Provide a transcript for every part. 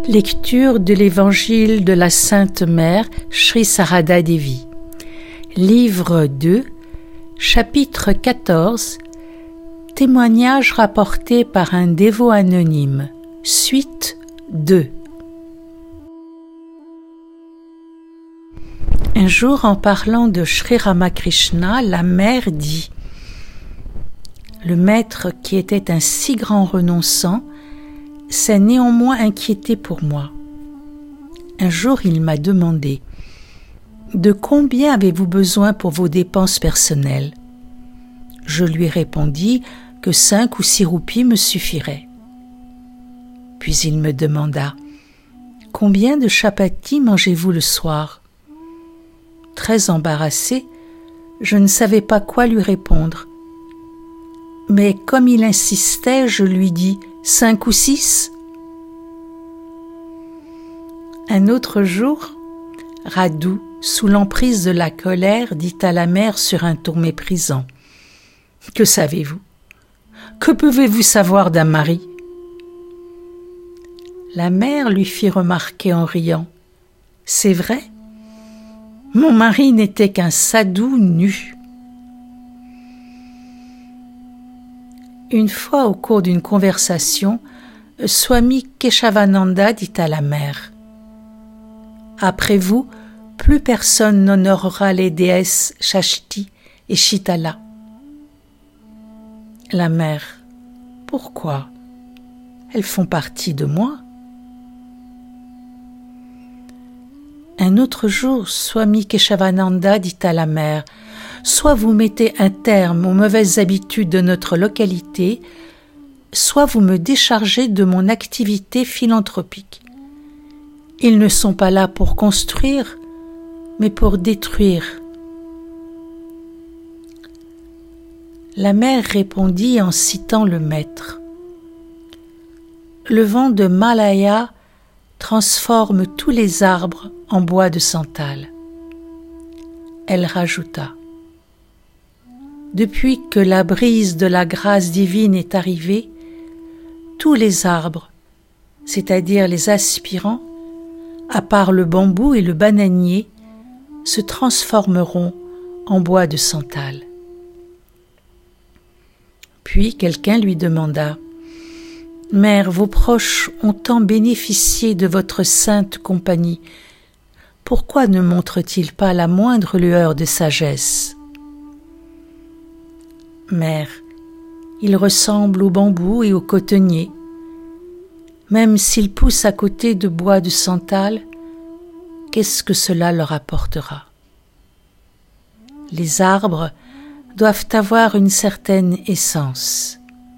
Lecture de l'Évangile de la Sainte Mère, Sri Sarada Devi. Livre 2, chapitre 14, témoignage rapporté par un dévot anonyme. Suite 2. Un jour, en parlant de Sri Ramakrishna, la mère dit « Le maître, qui était un si grand renonçant, s'est néanmoins inquiété pour moi. Un jour, il m'a demandé « De combien avez-vous besoin pour vos dépenses personnelles ?» Je lui répondis que 5 ou 6 roupies me suffiraient. Puis il me demanda « Combien de chapatis mangez-vous le soir ?» Très embarrassé, je ne savais pas quoi lui répondre. Mais comme il insistait, je lui dis « 5 ou 6 ?» Un autre jour, Radu, sous l'emprise de la colère, dit à la mère sur un ton méprisant « Que savez-vous ? Que pouvez-vous savoir d'un mari ?» La mère lui fit remarquer en riant « C'est vrai, mon mari n'était qu'un sadhu nu. » Une fois, au cours d'une conversation, Swami Keshavananda dit à la mère « Après vous, plus personne n'honorera les déesses Shashti et Shitala. » La mère « Pourquoi ? Elles font partie de moi. » Un autre jour, Swami Keshavananda dit à la mère « Soit vous mettez un terme aux mauvaises habitudes de notre localité, soit vous me déchargez de mon activité philanthropique. Ils ne sont pas là pour construire, mais pour détruire. » La mère répondit en citant le maître « Le vent de Malaya transforme tous les arbres en bois de santal. » Elle rajouta « Depuis que la brise de la grâce divine est arrivée, tous les arbres, c'est-à-dire les aspirants, à part le bambou et le bananier, se transformeront en bois de santal. » Puis quelqu'un lui demanda « Mère, vos proches ont tant bénéficié de votre sainte compagnie. Pourquoi ne montrent-ils pas la moindre lueur de sagesse ?» Mère, ils ressemblent au bambou et au cotonnier. Même s'ils poussent à côté de bois de santal, qu'est-ce que cela leur apportera ? Les arbres doivent avoir une certaine essence.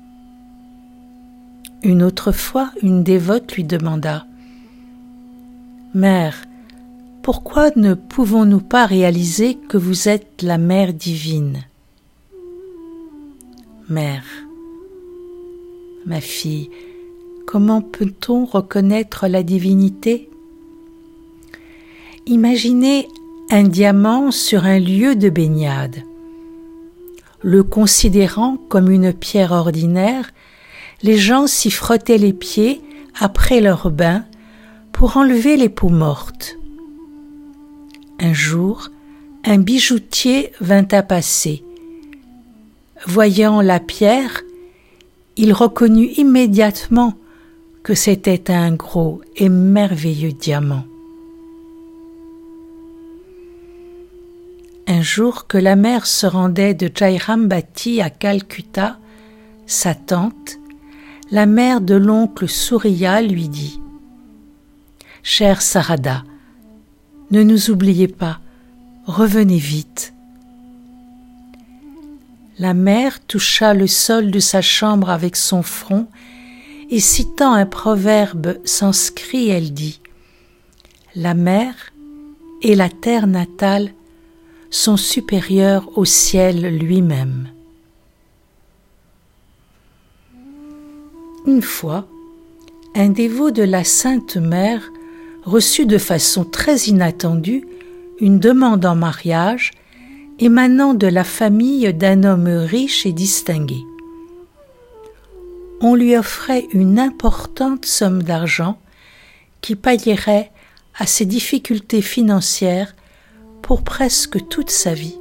Une autre fois, une dévote lui demanda « Mère, pourquoi ne pouvons-nous pas réaliser que vous êtes la Mère divine ? » Mère, ma fille, comment peut-on reconnaître la divinité ? Imaginez un diamant sur un lieu de baignade. Le considérant comme une pierre ordinaire, les gens s'y frottaient les pieds après leur bain pour enlever les peaux mortes. Un jour, un bijoutier vint à passer. Voyant la pierre, il reconnut immédiatement que c'était un gros et merveilleux diamant. Un jour que la mère se rendait de Jairambati à Calcutta, sa tante, la mère de l'oncle Souriya, lui dit « Chère Sarada, ne nous oubliez pas, revenez vite. » La mère toucha le sol de sa chambre avec son front et citant un proverbe sanskrit, elle dit « La mer et la terre natale sont supérieures au ciel lui-même. » Une fois, un dévot de la Sainte Mère reçut de façon très inattendue une demande en mariage émanant de la famille d'un homme riche et distingué. On lui offrait une importante somme d'argent qui pallierait à ses difficultés financières pour presque toute sa vie.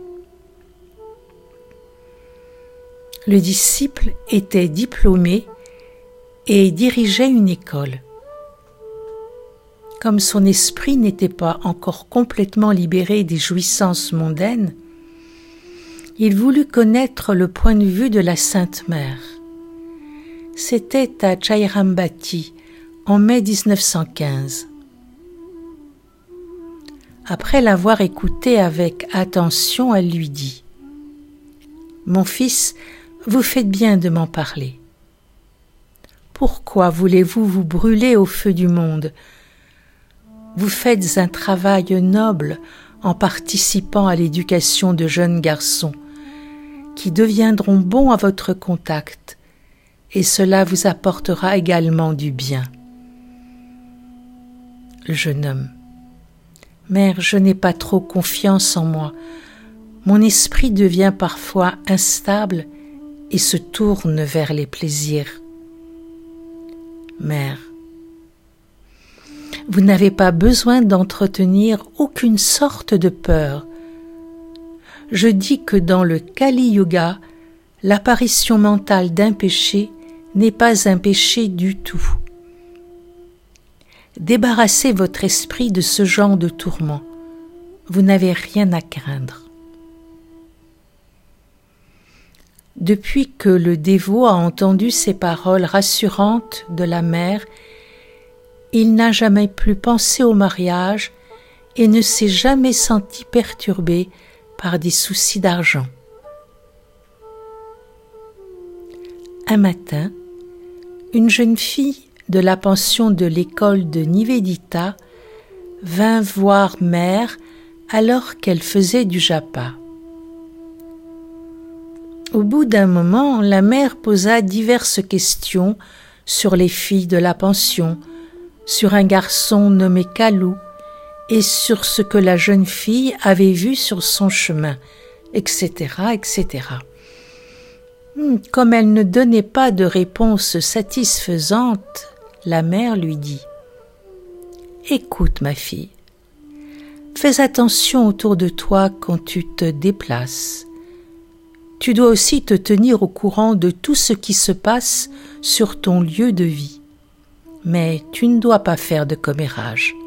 Le disciple était diplômé et dirigeait une école. Comme son esprit n'était pas encore complètement libéré des jouissances mondaines, il voulut connaître le point de vue de la Sainte Mère. C'était à Jayrambati, en mai 1915. Après l'avoir écouté avec attention, elle lui dit : « Mon fils, vous faites bien de m'en parler. Pourquoi voulez-vous vous brûler au feu du monde ? Vous faites un travail noble en participant à l'éducation de jeunes garçons qui deviendront bons à votre contact, et cela vous apportera également du bien. » Le jeune homme : « Mère, je n'ai pas trop confiance en moi. Mon esprit devient parfois instable et se tourne vers les plaisirs. » Mère : « Vous n'avez pas besoin d'entretenir aucune sorte de peur. Je dis que dans le Kali Yuga, l'apparition mentale d'un péché n'est pas un péché du tout. Débarrassez votre esprit de ce genre de tourment. Vous n'avez rien à craindre. » Depuis que le dévot a entendu ces paroles rassurantes de la mère, il n'a jamais plus pensé au mariage et ne s'est jamais senti perturbé par des soucis d'argent. Un matin, une jeune fille de la pension de l'école de Nivedita vint voir mère alors qu'elle faisait du japa. Au bout d'un moment, la mère posa diverses questions sur les filles de la pension, sur un garçon nommé Kalou et sur ce que la jeune fille avait vu sur son chemin, etc., etc. Comme elle ne donnait pas de réponse satisfaisante, la mère lui dit : « Écoute, ma fille, fais attention autour de toi quand tu te déplaces. Tu dois aussi te tenir au courant de tout ce qui se passe sur ton lieu de vie. Mais tu ne dois pas faire de commérage.